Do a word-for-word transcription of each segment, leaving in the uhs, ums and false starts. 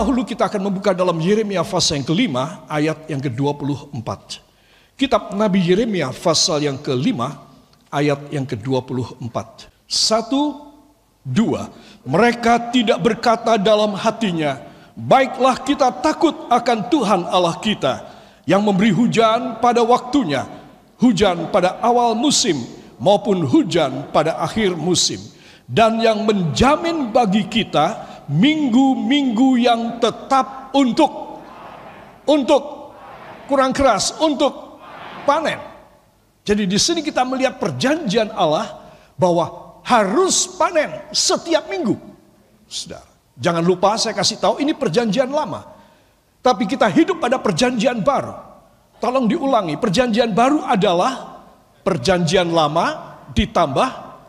dahulu kita akan membuka dalam Yeremia pasal yang kelima, ayat yang ke-dua puluh empat. Kitab Nabi Yeremia pasal yang kelima, ayat yang ke-dua puluh empat. Satu, dua. Mereka tidak berkata dalam hatinya, baiklah kita takut akan Tuhan Allah kita, yang memberi hujan pada waktunya, hujan pada awal musim, maupun hujan pada akhir musim. Dan yang menjamin bagi kita minggu-minggu yang tetap untuk untuk kurang keras untuk panen. Jadi di sini kita melihat perjanjian Allah bahwa harus panen setiap minggu. Saudara, jangan lupa saya kasih tahu ini perjanjian lama. Tapi kita hidup pada perjanjian baru. Tolong diulangi, perjanjian baru adalah perjanjian lama ditambah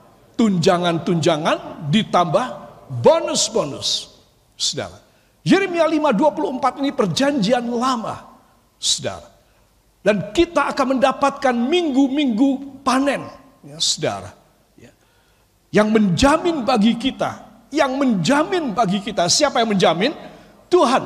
tunjangan-tunjangan ditambah bonus-bonus. Saudara, Yeremia lima dua puluh empat ini perjanjian lama. Saudara, dan kita akan mendapatkan minggu-minggu panen, ya, saudara, ya, yang menjamin bagi kita, yang menjamin bagi kita, siapa yang menjamin? Tuhan.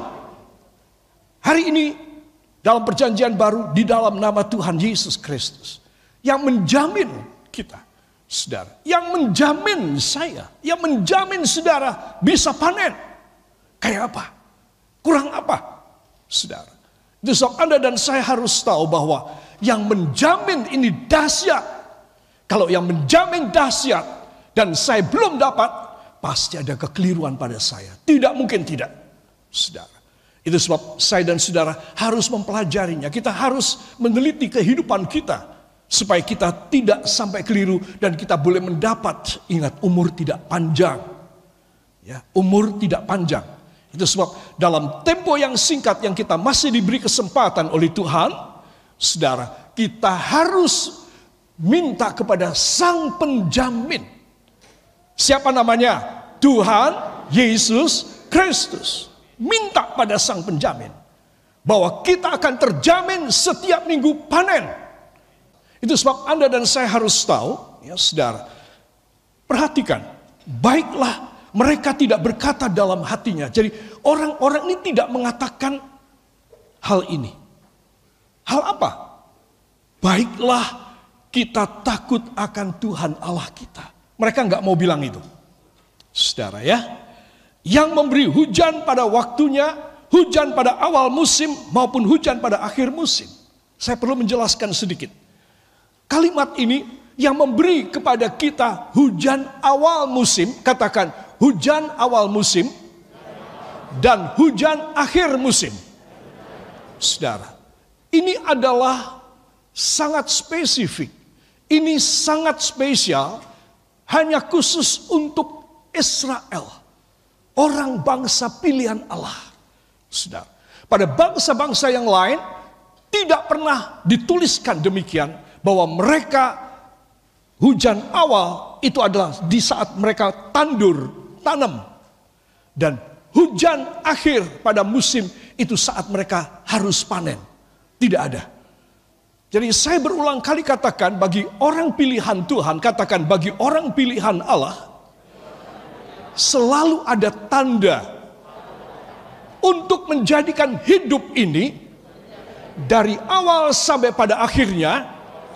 Hari ini dalam perjanjian baru di dalam nama Tuhan Yesus Kristus yang menjamin kita, saudara, yang menjamin saya, yang menjamin saudara bisa panen. Kayak apa? Kurang apa? Saudara, itu sebab Anda dan saya harus tahu bahwa yang menjamin ini dahsyat. Kalau yang menjamin dahsyat dan saya belum dapat, pasti ada kekeliruan pada saya. Tidak mungkin tidak, saudara. Itu sebab saya dan saudara harus mempelajarinya. Kita harus meneliti kehidupan kita supaya kita tidak sampai keliru dan kita boleh mendapat. Ingat, umur tidak panjang. Ya, umur tidak panjang. Itu sebab dalam tempo yang singkat yang kita masih diberi kesempatan oleh Tuhan, saudara, kita harus minta kepada Sang Penjamin. Siapa namanya? Tuhan Yesus Kristus. Minta pada Sang Penjamin bahwa kita akan terjamin setiap minggu panen. Itu sebab Anda dan saya harus tahu, ya saudara, perhatikan, baiklah mereka tidak berkata dalam hatinya. Jadi orang-orang ini tidak mengatakan hal ini. Hal apa? Baiklah kita takut akan Tuhan Allah kita. Mereka nggak mau bilang itu, saudara ya. Yang memberi hujan pada waktunya, hujan pada awal musim maupun hujan pada akhir musim. Saya perlu menjelaskan sedikit. Kalimat ini yang memberi kepada kita hujan awal musim, katakan hujan awal musim dan hujan akhir musim. Saudara, ini adalah sangat spesifik. Ini sangat spesial, hanya khusus untuk Israel. Orang bangsa pilihan Allah. Saudara, pada bangsa-bangsa yang lain tidak pernah dituliskan demikian bahwa mereka hujan awal itu adalah di saat mereka tandur, tanam. Dan hujan akhir pada musim itu saat mereka harus panen. Tidak ada. Jadi saya berulang kali katakan bagi orang pilihan Tuhan, katakan bagi orang pilihan Allah, selalu ada tanda untuk menjadikan hidup ini dari awal sampai pada akhirnya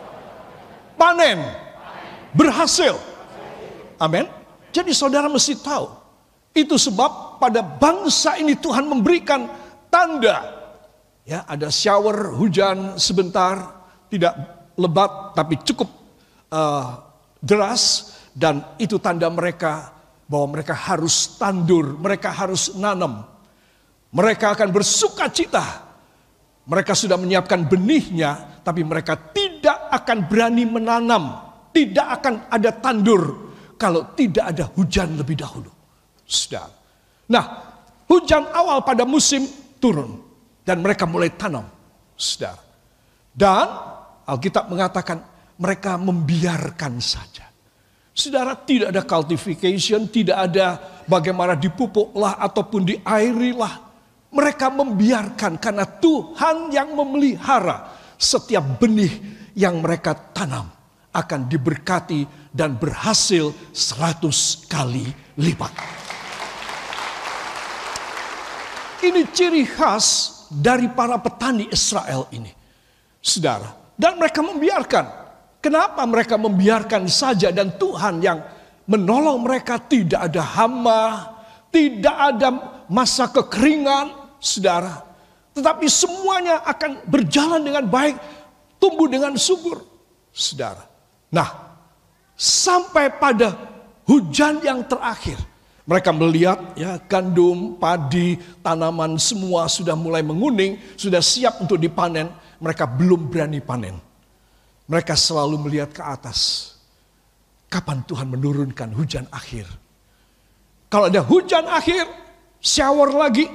panen, berhasil. Amin. Jadi saudara mesti tahu, itu sebab pada bangsa ini Tuhan memberikan tanda. Ya, ada shower hujan sebentar, tidak lebat tapi cukup uh, deras, dan itu tanda mereka bahwa mereka harus tandur, mereka harus nanam. Mereka akan bersuka cita. Mereka sudah menyiapkan benihnya, tapi mereka tidak akan berani menanam. Tidak akan ada tandur kalau tidak ada hujan lebih dahulu. Sudah. Nah, hujan awal pada musim turun dan mereka mulai tanam. Sudah. Dan Alkitab mengatakan mereka membiarkan saja. Saudara, tidak ada cultivation, tidak ada bagaimana dipupuklah ataupun diairilah. Mereka membiarkan karena Tuhan yang memelihara setiap benih yang mereka tanam akan diberkati dan berhasil seratus kali lipat. Ini ciri khas dari para petani Israel ini, saudara. Dan mereka membiarkan. Kenapa mereka membiarkan saja dan Tuhan yang menolong mereka? Tidak ada hama, tidak ada masa kekeringan, saudara. Tetapi semuanya akan berjalan dengan baik, tumbuh dengan subur, saudara. Nah, sampai pada hujan yang terakhir, mereka melihat ya gandum, padi, tanaman semua sudah mulai menguning, sudah siap untuk dipanen. Mereka belum berani panen. Mereka selalu melihat ke atas. Kapan Tuhan menurunkan hujan akhir? Kalau ada hujan akhir, shower lagi.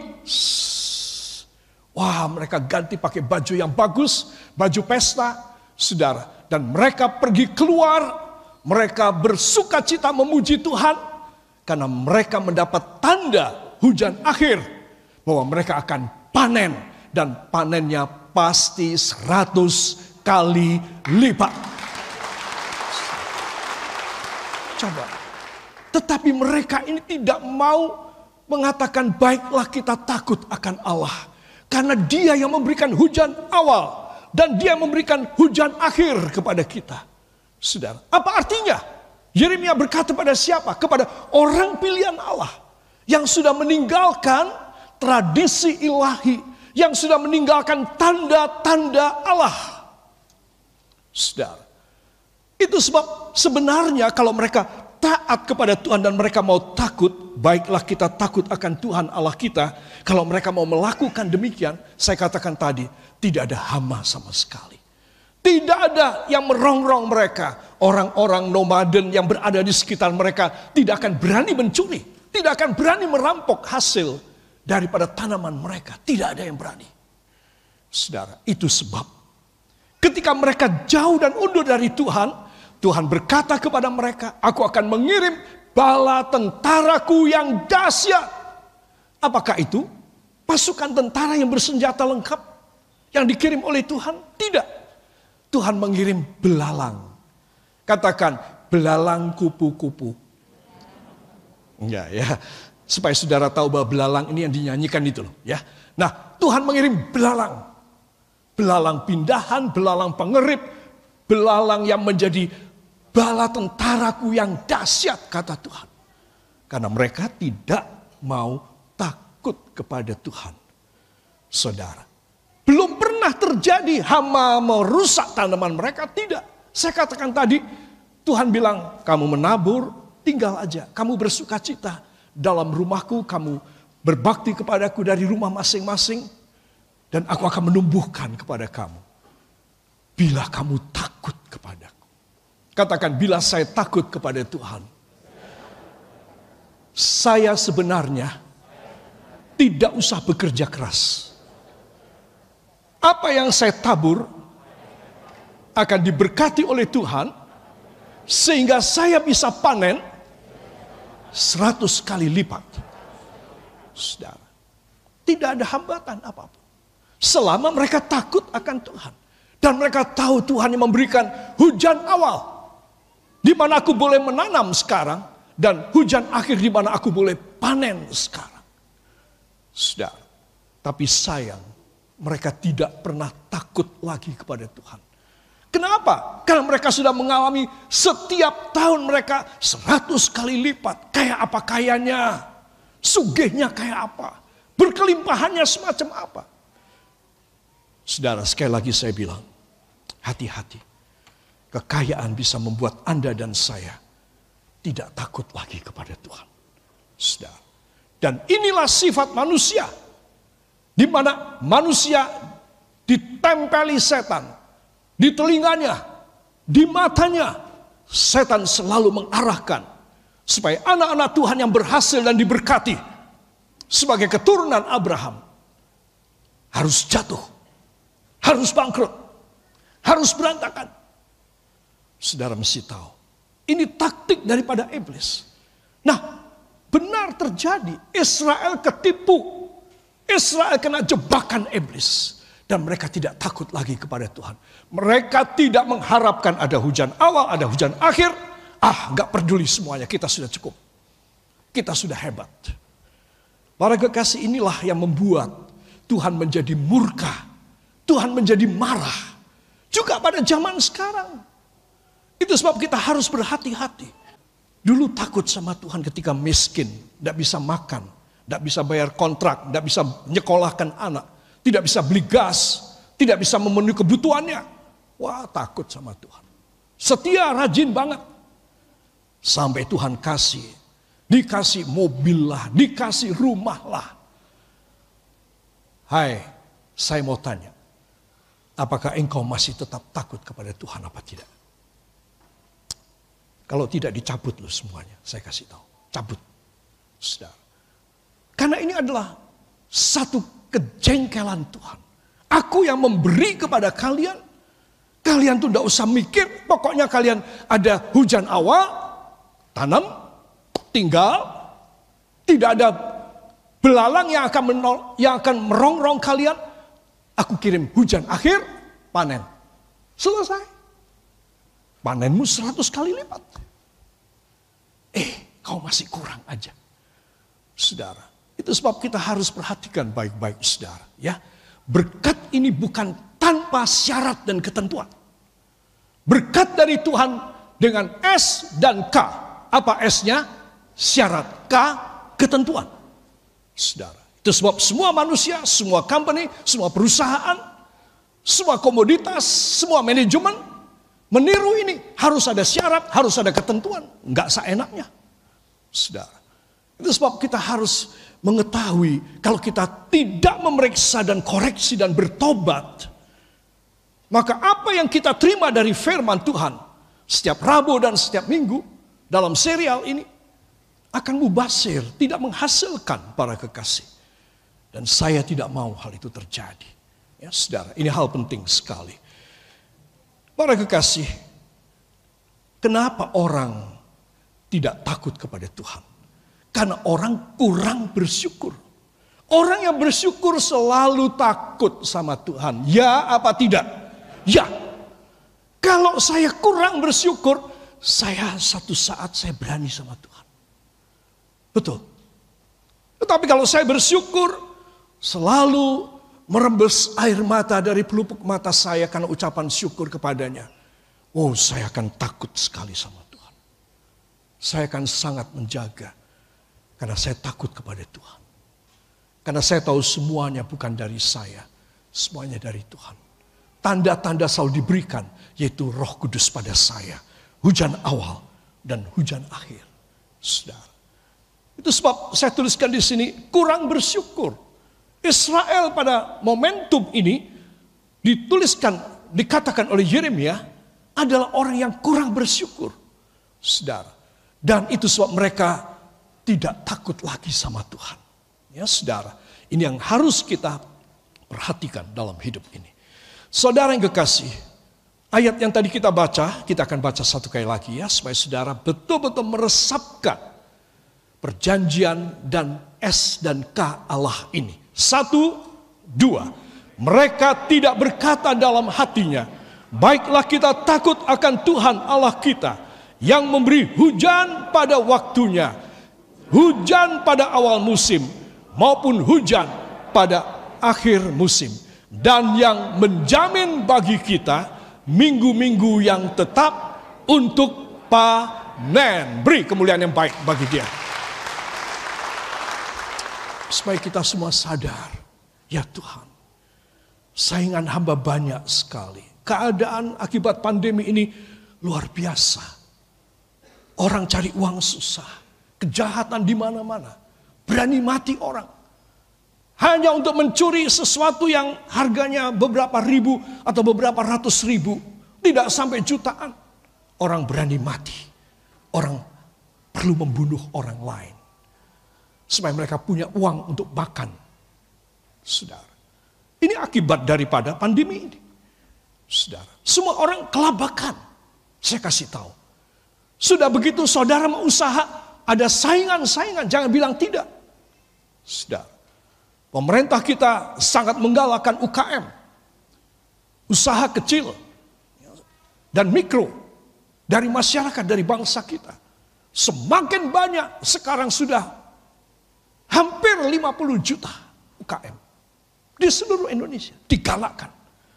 Wah, mereka ganti pakai baju yang bagus, baju pesta, saudara. Dan mereka pergi keluar, mereka bersuka cita memuji Tuhan. Karena mereka mendapat tanda hujan akhir bahwa mereka akan panen. Dan panennya pasti seratus kali lipat. Coba. Tetapi mereka ini tidak mau mengatakan baiklah kita takut akan Allah. Karena Dia yang memberikan hujan awal. Dan Dia memberikan hujan akhir kepada kita. Saudara, apa artinya? Yeremia berkata pada siapa? Kepada orang pilihan Allah. Yang sudah meninggalkan tradisi ilahi. Yang sudah meninggalkan tanda-tanda Allah. Saudara. Itu sebab sebenarnya kalau mereka taat kepada Tuhan dan mereka mau takut. Baiklah kita takut akan Tuhan Allah kita. Kalau mereka mau melakukan demikian. Saya katakan tadi. Tidak ada hama sama sekali. Tidak ada yang merongrong mereka. Orang-orang nomaden yang berada di sekitar mereka tidak akan berani mencuri. Tidak akan berani merampok hasil daripada tanaman mereka. Tidak ada yang berani. Saudara, itu sebab ketika mereka jauh dan undur dari Tuhan, Tuhan berkata kepada mereka, aku akan mengirim bala tentaraku yang dahsyat. Apakah itu? Pasukan tentara yang bersenjata lengkap yang dikirim oleh Tuhan? Tidak. Tuhan mengirim belalang. Katakan belalang kupu-kupu. Enggak ya. Supaya saudara tahu bahwa belalang ini yang dinyanyikan itu loh ya. Nah, Tuhan mengirim belalang. Belalang pindahan, belalang pengerip, belalang yang menjadi bala tentaraku yang dahsyat kata Tuhan. Karena mereka tidak mau takut kepada Tuhan. Saudara, belum pernah terjadi hama merusak tanaman mereka, tidak. Saya katakan tadi, Tuhan bilang, kamu menabur, tinggal aja. Kamu bersuka cita dalam rumahku, kamu berbakti kepadaku dari rumah masing-masing. Dan aku akan menumbuhkan kepada kamu. Bila kamu takut kepadaku. Katakan, bila saya takut kepada Tuhan. Saya sebenarnya tidak usah bekerja keras. Apa yang saya tabur akan diberkati oleh Tuhan sehingga saya bisa panen seratus kali lipat. Saudara, tidak ada hambatan apapun. Selama mereka takut akan Tuhan. Dan mereka tahu Tuhan yang memberikan hujan awal. Di mana aku boleh menanam sekarang. Dan hujan akhir di mana aku boleh panen sekarang. Saudara, tapi sayang mereka tidak pernah takut lagi kepada Tuhan. Kenapa? Karena mereka sudah mengalami setiap tahun mereka seratus kali lipat. Kayak apa kayanya? Sugihnya kayak apa? Berkelimpahannya semacam apa? Saudara, sekali lagi saya bilang, hati-hati. Kekayaan bisa membuat Anda dan saya tidak takut lagi kepada Tuhan. Saudara. Dan inilah sifat manusia. Di mana manusia ditempeli setan. Di telinganya, di matanya, setan selalu mengarahkan supaya anak-anak Tuhan yang berhasil dan diberkati sebagai keturunan Abraham harus jatuh, harus bangkrut, harus berantakan. Saudara mesti tahu, ini taktik daripada iblis. Nah, benar terjadi, Israel ketipu, Israel kena jebakan iblis. Dan mereka tidak takut lagi kepada Tuhan. Mereka tidak mengharapkan ada hujan awal, ada hujan akhir. Ah, gak peduli semuanya, kita sudah cukup. Kita sudah hebat. Para kekasih, inilah yang membuat Tuhan menjadi murka. Tuhan menjadi marah. Juga pada zaman sekarang. Itu sebab kita harus berhati-hati. Dulu takut sama Tuhan ketika miskin. Tidak bisa makan. Tidak bisa bayar kontrak. Tidak bisa menyekolahkan anak. Tidak bisa beli gas. Tidak bisa memenuhi kebutuhannya. Wah, takut sama Tuhan. Setia, rajin banget. Sampai Tuhan kasih. Dikasih mobil lah. Dikasih rumah lah. Hai, saya mau tanya. Apakah engkau masih tetap takut kepada Tuhan apa tidak? Kalau tidak, dicabut loh semuanya. Saya kasih tahu. Cabut. Saudara. Karena ini adalah satu kejengkelan Tuhan. Aku yang memberi kepada kalian. Kalian tuh tidak usah mikir. Pokoknya kalian ada hujan awal. Tanam. Tinggal. Tidak ada belalang yang akan menol, yang akan merongrong kalian. Aku kirim hujan akhir, panen. Selesai. Panenmu seratus kali lipat. Eh, kau masih kurang aja. Saudara, itu sebab kita harus perhatikan baik-baik, saudara. Ya, berkat ini bukan tanpa syarat dan ketentuan. Berkat dari Tuhan dengan S dan K. Apa S-nya? Syarat. K, ketentuan. Saudara. Itu sebab semua manusia, semua company, semua perusahaan, semua komoditas, semua manajemen meniru ini. Harus ada syarat, harus ada ketentuan. Enggak seenaknya. Saudara. Itu sebab kita harus mengetahui kalau kita tidak memeriksa dan koreksi dan bertobat, maka apa yang kita terima dari firman Tuhan setiap Rabu dan setiap Minggu dalam serial ini akan mubazir, tidak menghasilkan para kekasih. Dan saya tidak mau hal itu terjadi. Ya, saudara, ini hal penting sekali. Para kekasih, kenapa orang tidak takut kepada Tuhan? Karena orang kurang bersyukur. Orang yang bersyukur selalu takut sama Tuhan. Ya apa tidak? Ya. Kalau saya kurang bersyukur, saya satu saat saya berani sama Tuhan. Betul. Tetapi kalau saya bersyukur, selalu merembes air mata dari pelupuk mata saya karena ucapan syukur kepadanya. Oh, saya akan takut sekali sama Tuhan. Saya akan sangat menjaga. Karena saya takut kepada Tuhan. Karena saya tahu semuanya bukan dari saya. Semuanya dari Tuhan. Tanda-tanda selalu diberikan, yaitu Roh Kudus pada saya. Hujan awal dan hujan akhir. Saudara. Itu sebab saya tuliskan di sini, kurang bersyukur. Israel pada momentum ini dituliskan, dikatakan oleh Yeremia adalah orang yang kurang bersyukur. Saudara. Dan itu sebab mereka tidak takut lagi sama Tuhan. Ya, saudara, ini yang harus kita perhatikan dalam hidup ini. Saudara yang kekasih, ayat yang tadi kita baca, kita akan baca satu kali lagi ya, supaya saudara betul-betul meresapkan perjanjian dan S dan K Allah ini. Satu, dua. Mereka tidak berkata dalam hatinya, baiklah kita takut akan Tuhan Allah kita, yang memberi hujan pada waktunya, hujan pada awal musim maupun hujan pada akhir musim, dan yang menjamin bagi kita minggu-minggu yang tetap untuk panen. Beri kemuliaan yang baik bagi Dia. Supaya kita semua sadar, ya Tuhan, saingan hamba banyak sekali. Keadaan akibat pandemi ini luar biasa. Orang cari uang susah. Kejahatan di mana-mana. Berani mati orang. Hanya untuk mencuri sesuatu yang harganya beberapa ribu atau beberapa ratus ribu. Tidak sampai jutaan. Orang berani mati. Orang perlu membunuh orang lain. Supaya mereka punya uang untuk makan. Saudara. Ini akibat daripada pandemi ini. Saudara. Semua orang kelabakan. Saya kasih tahu. Sudah begitu saudara mau usaha. Ada saingan-saingan, jangan bilang tidak. Saudara, pemerintah kita sangat menggalakkan U K M. Usaha kecil dan mikro dari masyarakat, dari bangsa kita. Semakin banyak sekarang sudah Hampir lima puluh juta U K M di seluruh Indonesia digalakkan.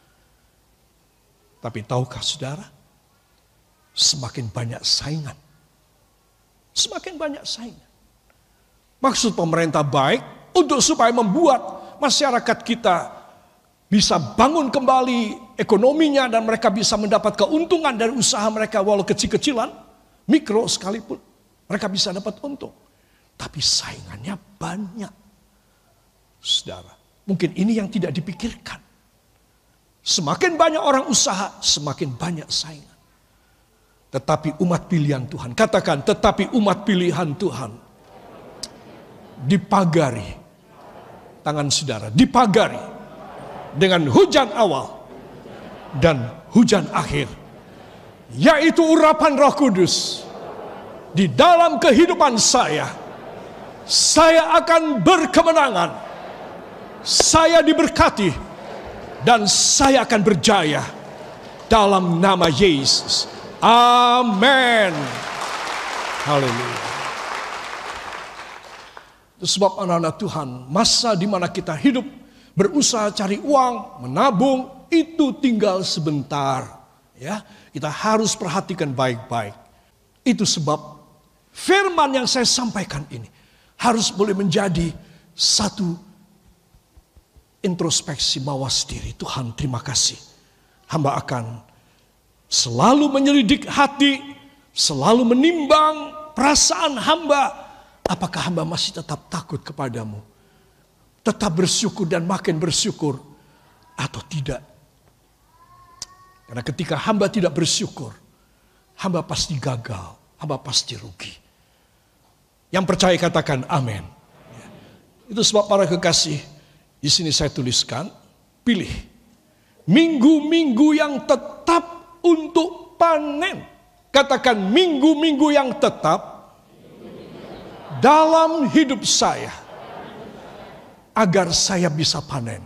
Tapi tahukah saudara, semakin banyak saingan. Semakin banyak saingan. Maksud pemerintah baik untuk supaya membuat masyarakat kita bisa bangun kembali ekonominya dan mereka bisa mendapat keuntungan dari usaha mereka walau kecil-kecilan, mikro sekalipun, mereka bisa dapat untung. Tapi saingannya banyak. Saudara, mungkin ini yang tidak dipikirkan. Semakin banyak orang usaha, semakin banyak saingan. Tetapi umat pilihan Tuhan, katakan tetapi umat pilihan Tuhan dipagari, tangan saudara, dipagari dengan hujan awal dan hujan akhir, yaitu urapan Roh Kudus di dalam kehidupan saya. Saya akan berkemenangan, saya diberkati, dan saya akan berjaya dalam nama Yesus. Amin. Haleluya. Sebab anak-anak Tuhan, masa di mana kita hidup, berusaha cari uang, menabung, itu tinggal sebentar. Ya, kita harus perhatikan baik-baik. Itu sebab firman yang saya sampaikan ini harus boleh menjadi satu introspeksi mawas diri. Tuhan, terima kasih. Hamba akan selalu menyelidik hati, selalu menimbang perasaan hamba. Apakah hamba masih tetap takut kepadamu? Tetap bersyukur dan makin bersyukur atau tidak? Karena ketika hamba tidak bersyukur, hamba pasti gagal, hamba pasti rugi. Yang percaya katakan amin. Itu sebab para kekasih, di sini saya tuliskan, pilih minggu-minggu yang tetap untuk panen. Katakan minggu-minggu yang tetap dalam hidup saya, agar saya bisa panen.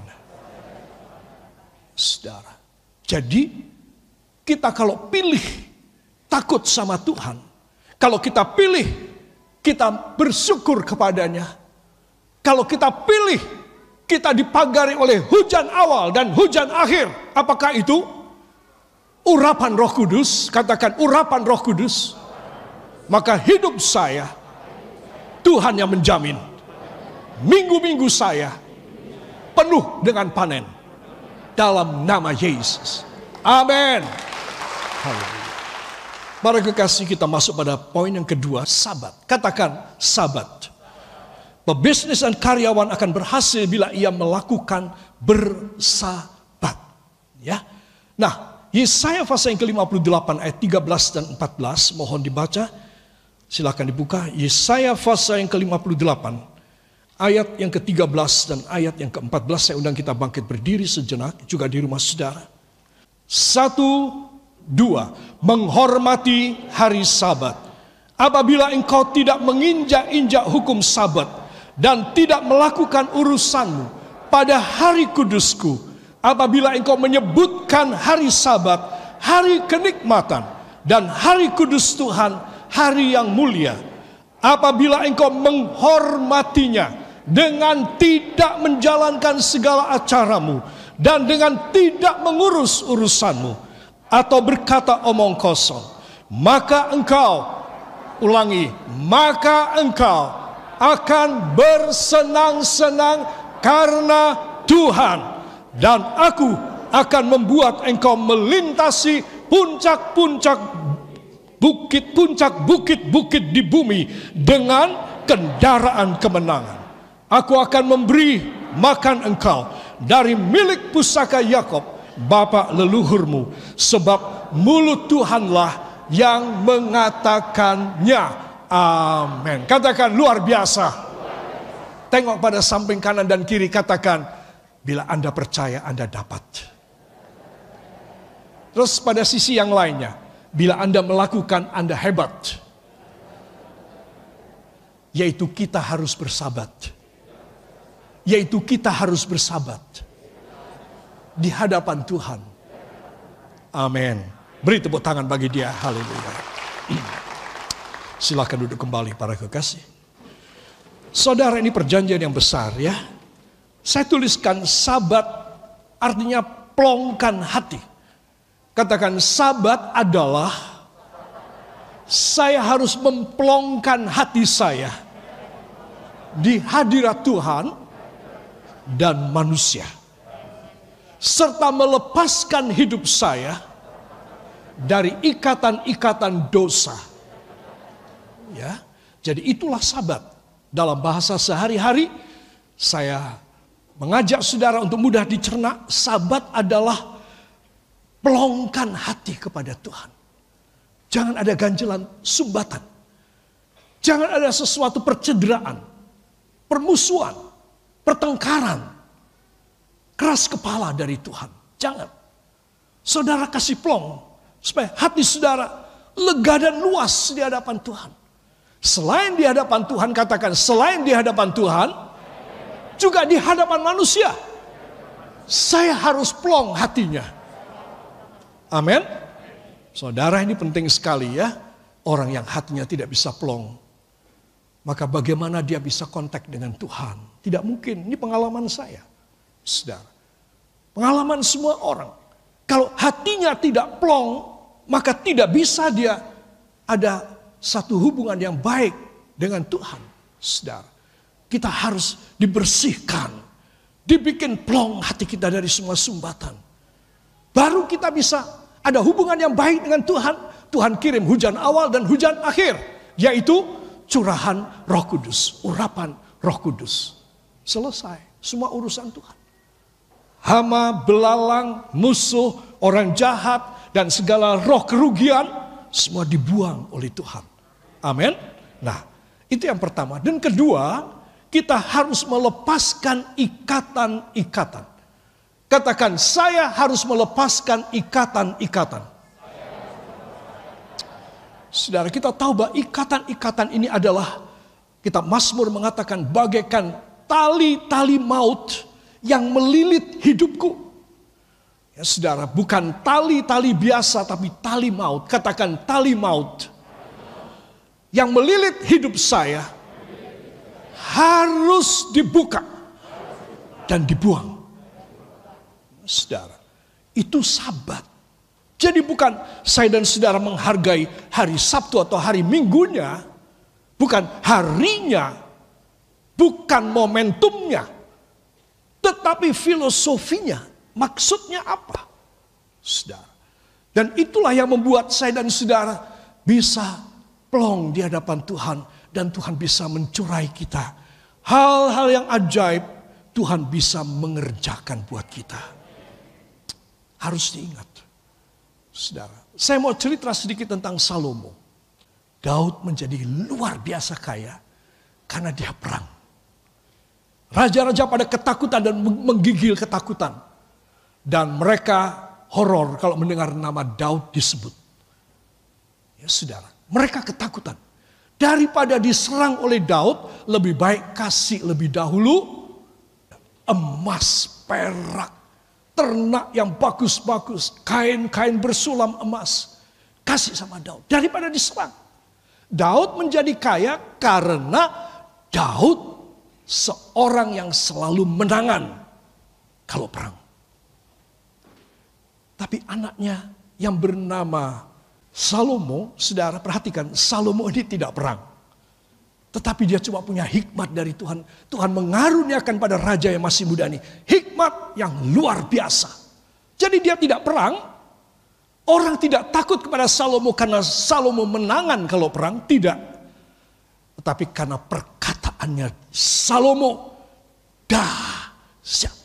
Saudara, jadi kita kalau pilih takut sama Tuhan, kalau kita pilih kita bersyukur kepadanya, kalau kita pilih kita dipagari oleh hujan awal dan hujan akhir, apakah itu? Urapan Roh Kudus, katakan urapan Roh Kudus. Maka hidup saya, Tuhan yang menjamin. Minggu-minggu saya penuh dengan panen. Dalam nama Yesus. Amin. Haleluya. Para kekasih, kita masuk pada poin yang kedua, sabat. Katakan sabat. Pebisnis dan karyawan akan berhasil bila ia melakukan bersabat. Ya. Nah, Yesaya pasal yang ke lima puluh delapan ayat tiga belas dan empat belas, mohon dibaca. Silakan dibuka. Yesaya pasal yang ke lima puluh delapan ayat yang ke tiga belas dan ayat yang ke empat belas. Saya undang kita bangkit berdiri sejenak juga di rumah saudara. Satu, dua. Menghormati hari Sabat. Apabila engkau tidak menginjak-injak hukum Sabat dan tidak melakukan urusanmu pada hari kudusku, apabila engkau menyebutkan hari Sabat, hari kenikmatan, dan hari kudus Tuhan, hari yang mulia, apabila engkau menghormatinya dengan tidak menjalankan segala acaramu dan dengan tidak mengurus urusanmu atau berkata omong kosong, maka engkau, ulangi, maka engkau akan bersenang-senang karena Tuhan, dan aku akan membuat engkau melintasi puncak-puncak bukit, puncak bukit-bukit di bumi dengan kendaraan kemenangan. Aku akan memberi makan engkau dari milik pusaka Yakob, bapa leluhurmu, sebab mulut Tuhanlah yang mengatakannya. Amin. Katakan luar biasa. Tengok pada samping kanan dan kiri, katakan bila Anda percaya Anda dapat. Terus pada sisi yang lainnya, bila Anda melakukan Anda hebat. Yaitu kita harus bersabat. Yaitu kita harus bersabat di hadapan Tuhan. Amin. Beri tepuk tangan bagi dia. Haleluya. Silakan duduk kembali para kekasih. Saudara, ini perjanjian yang besar ya. Saya tuliskan sabat artinya plongkan hati. Katakan, sabat adalah saya harus memplongkan hati saya di hadirat Tuhan dan manusia, serta melepaskan hidup saya dari ikatan-ikatan dosa. Ya, jadi itulah sabat. Dalam bahasa sehari-hari saya mengajak saudara untuk mudah dicerna, sabat adalah pelongkan hati kepada Tuhan. Jangan ada ganjelan sumbatan. Jangan ada sesuatu percederaan, permusuhan, pertengkaran, keras kepala dari Tuhan. Jangan. Saudara kasih plong supaya hati saudara lega dan luas di hadapan Tuhan. Selain di hadapan Tuhan, katakan selain di hadapan Tuhan, juga di hadapan manusia. Saya harus plong hatinya. Amin. Saudara, ini penting sekali ya. Orang yang hatinya tidak bisa plong, maka bagaimana dia bisa kontak dengan Tuhan? Tidak mungkin. Ini pengalaman saya, saudara. Pengalaman semua orang. Kalau hatinya tidak plong, maka tidak bisa dia ada satu hubungan yang baik dengan Tuhan. Saudara, kita harus dibersihkan, dibikin plong hati kita dari semua sumbatan. Baru kita bisa ada hubungan yang baik dengan Tuhan. Tuhan kirim hujan awal dan hujan akhir, yaitu curahan Roh Kudus, urapan Roh Kudus. Selesai semua urusan Tuhan. Hama, belalang, musuh, orang jahat, dan segala roh kerugian semua dibuang oleh Tuhan. Amin. Nah, itu yang pertama. Dan kedua, kita harus melepaskan ikatan-ikatan. Katakan, saya harus melepaskan ikatan-ikatan. Saudara, kita tahu bahwa ikatan-ikatan ini adalah, kitab Mazmur mengatakan, bagaikan tali-tali maut yang melilit hidupku. Ya saudara, bukan tali-tali biasa, tapi tali maut. Katakan tali maut yang melilit hidup saya harus dibuka dan dibuang. Saudara, itu sabat. Jadi bukan saya dan saudara menghargai hari Sabtu atau hari Minggunya, bukan harinya, bukan momentumnya, tetapi filosofinya, maksudnya apa? Saudara. Dan itulah yang membuat saya dan saudara bisa plong di hadapan Tuhan, dan Tuhan bisa mencurai kita. Hal-hal yang ajaib Tuhan bisa mengerjakan buat kita. Harus diingat. Saudara, saya mau cerita sedikit tentang Salomo. Daud menjadi luar biasa kaya karena dia perang. Raja-raja pada ketakutan dan menggigil ketakutan. Dan mereka horor kalau mendengar nama Daud disebut. Ya saudara, mereka ketakutan. Daripada diserang oleh Daud, lebih baik kasih lebih dahulu emas, perak, ternak yang bagus-bagus, kain-kain bersulam emas. Kasih sama Daud daripada diserang. Daud menjadi kaya karena Daud seorang yang selalu menangan kalau perang. Tapi anaknya yang bernama Salomo, saudara perhatikan, Salomo ini tidak perang. Tetapi dia cuma punya hikmat dari Tuhan. Tuhan mengaruniakan pada raja yang masih muda ini hikmat yang luar biasa. Jadi dia tidak perang. Orang tidak takut kepada Salomo karena Salomo menangan kalau perang. Tidak. Tetapi karena perkataannya Salomo dahsyat.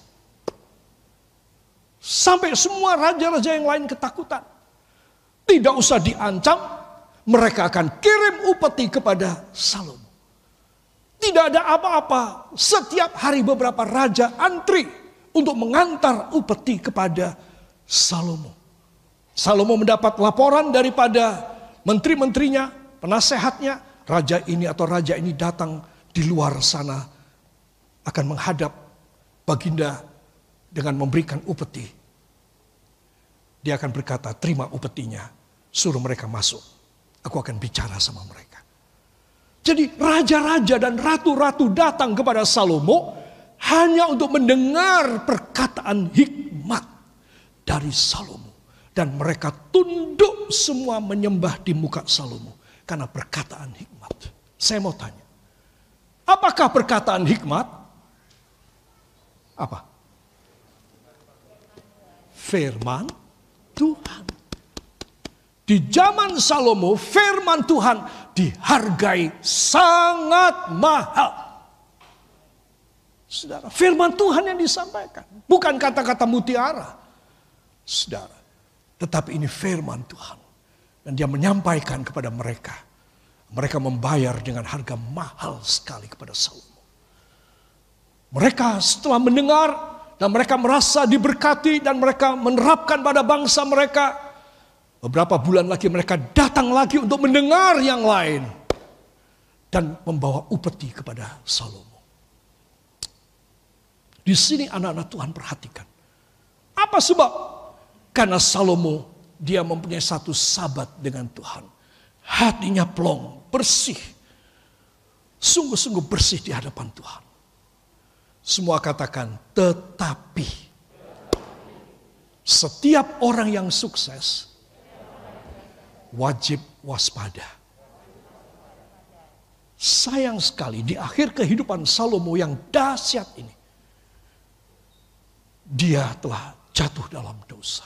Sampai semua raja-raja yang lain ketakutan. Tidak usah diancam, mereka akan kirim upeti kepada Salomo. Tidak ada apa-apa, setiap hari beberapa raja antri untuk mengantar upeti kepada Salomo. Salomo mendapat laporan daripada menteri-menterinya, penasehatnya, raja ini atau raja ini datang di luar sana akan menghadap baginda dengan memberikan upeti. Dia akan berkata, terima upetinya, suruh mereka masuk. Aku akan bicara sama mereka. Jadi raja-raja dan ratu-ratu datang kepada Salomo hanya untuk mendengar perkataan hikmat dari Salomo. Dan mereka tunduk semua menyembah di muka Salomo karena perkataan hikmat. Saya mau tanya, apakah perkataan hikmat? Apa? Firman Tuhan. Di zaman Salomo, firman Tuhan dihargai sangat mahal. Saudara, firman Tuhan yang disampaikan, bukan kata-kata mutiara. Saudara, tetapi ini firman Tuhan. Dan dia menyampaikan kepada mereka. Mereka membayar dengan harga mahal sekali kepada Salomo. Mereka setelah mendengar dan mereka merasa diberkati dan mereka menerapkan pada bangsa mereka. Beberapa bulan lagi mereka datang lagi untuk mendengar yang lain. Dan membawa upeti kepada Salomo. Di sini anak-anak Tuhan perhatikan. Apa sebab? Karena Salomo dia mempunyai satu sahabat dengan Tuhan. Hatinya plong, bersih. Sungguh-sungguh bersih di hadapan Tuhan. Semua katakan tetapi. Setiap orang yang sukses wajib waspada. Sayang sekali di akhir kehidupan Salomo yang dahsyat ini. Dia telah jatuh dalam dosa.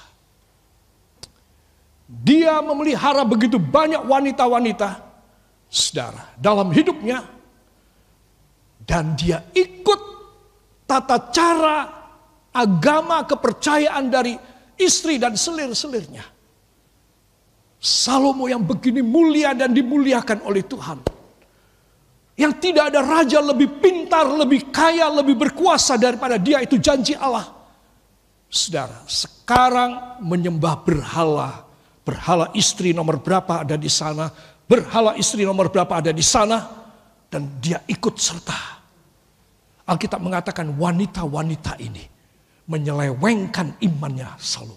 Dia memelihara begitu banyak wanita-wanita, saudara, dalam hidupnya. Dan dia ikut tata cara agama kepercayaan dari istri dan selir-selirnya. Salomo yang begini mulia dan dimuliakan oleh Tuhan. Yang tidak ada raja lebih pintar, lebih kaya, lebih berkuasa daripada dia, itu janji Allah. Saudara, sekarang menyembah berhala. Berhala istri nomor berapa ada di sana. Berhala istri nomor berapa ada di sana. Dan dia ikut serta. Alkitab mengatakan wanita-wanita ini menyelewengkan imannya Salomo.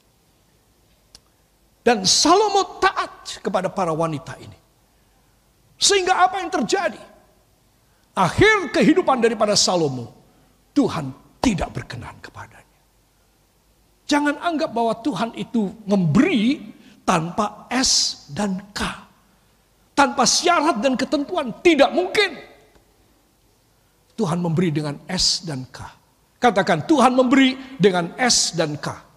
Dan Salomo taat kepada para wanita ini. Sehingga apa yang terjadi? Akhir kehidupan daripada Salomo, Tuhan tidak berkenan kepadanya. Jangan anggap bahwa Tuhan itu memberi tanpa S dan K. Tanpa syarat dan ketentuan, tidak mungkin. Tuhan memberi dengan S dan K. Katakan, Tuhan memberi dengan S dan K.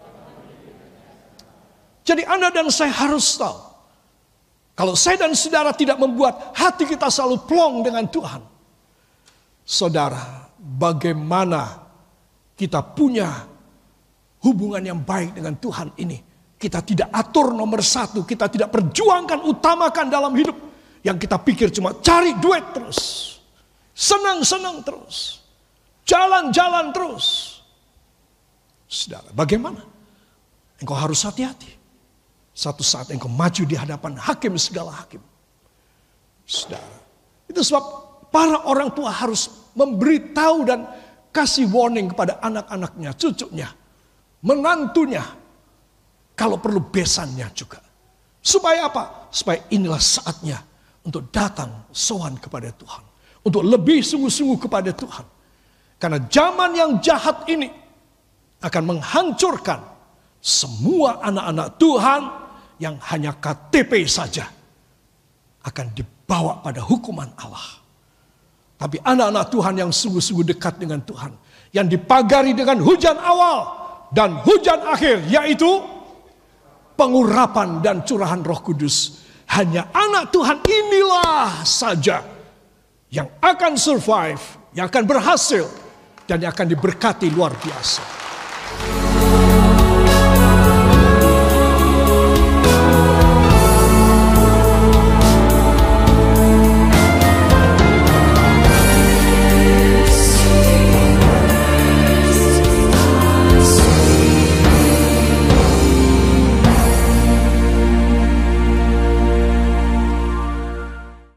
Jadi Anda dan saya harus tahu. Kalau saya dan saudara tidak membuat hati kita selalu plong dengan Tuhan. Saudara, bagaimana kita punya hubungan yang baik dengan Tuhan ini. Kita tidak atur nomor satu. Kita tidak perjuangkan, utamakan dalam hidup. Yang kita pikir cuma cari duit terus. Senang-senang terus. Jalan-jalan terus. Saudara, bagaimana? Engkau harus hati-hati. Satu saat engkau maju di hadapan hakim segala hakim. Saudara, itu sebab para orang tua harus memberitahu dan kasih warning kepada anak-anaknya, cucunya, menantunya. Kalau perlu besannya juga. Supaya apa? Supaya inilah saatnya untuk datang sowan kepada Tuhan. Untuk lebih sungguh-sungguh kepada Tuhan. Karena zaman yang jahat ini akan menghancurkan semua anak-anak Tuhan yang hanya K T P saja akan dibawa pada hukuman Allah. Tapi anak-anak Tuhan yang sungguh-sungguh dekat dengan Tuhan, yang dipagari dengan hujan awal dan hujan akhir, yaitu pengurapan dan curahan Roh Kudus. Hanya anak Tuhan inilah saja yang akan survive, yang akan berhasil, dan yang akan diberkati luar biasa.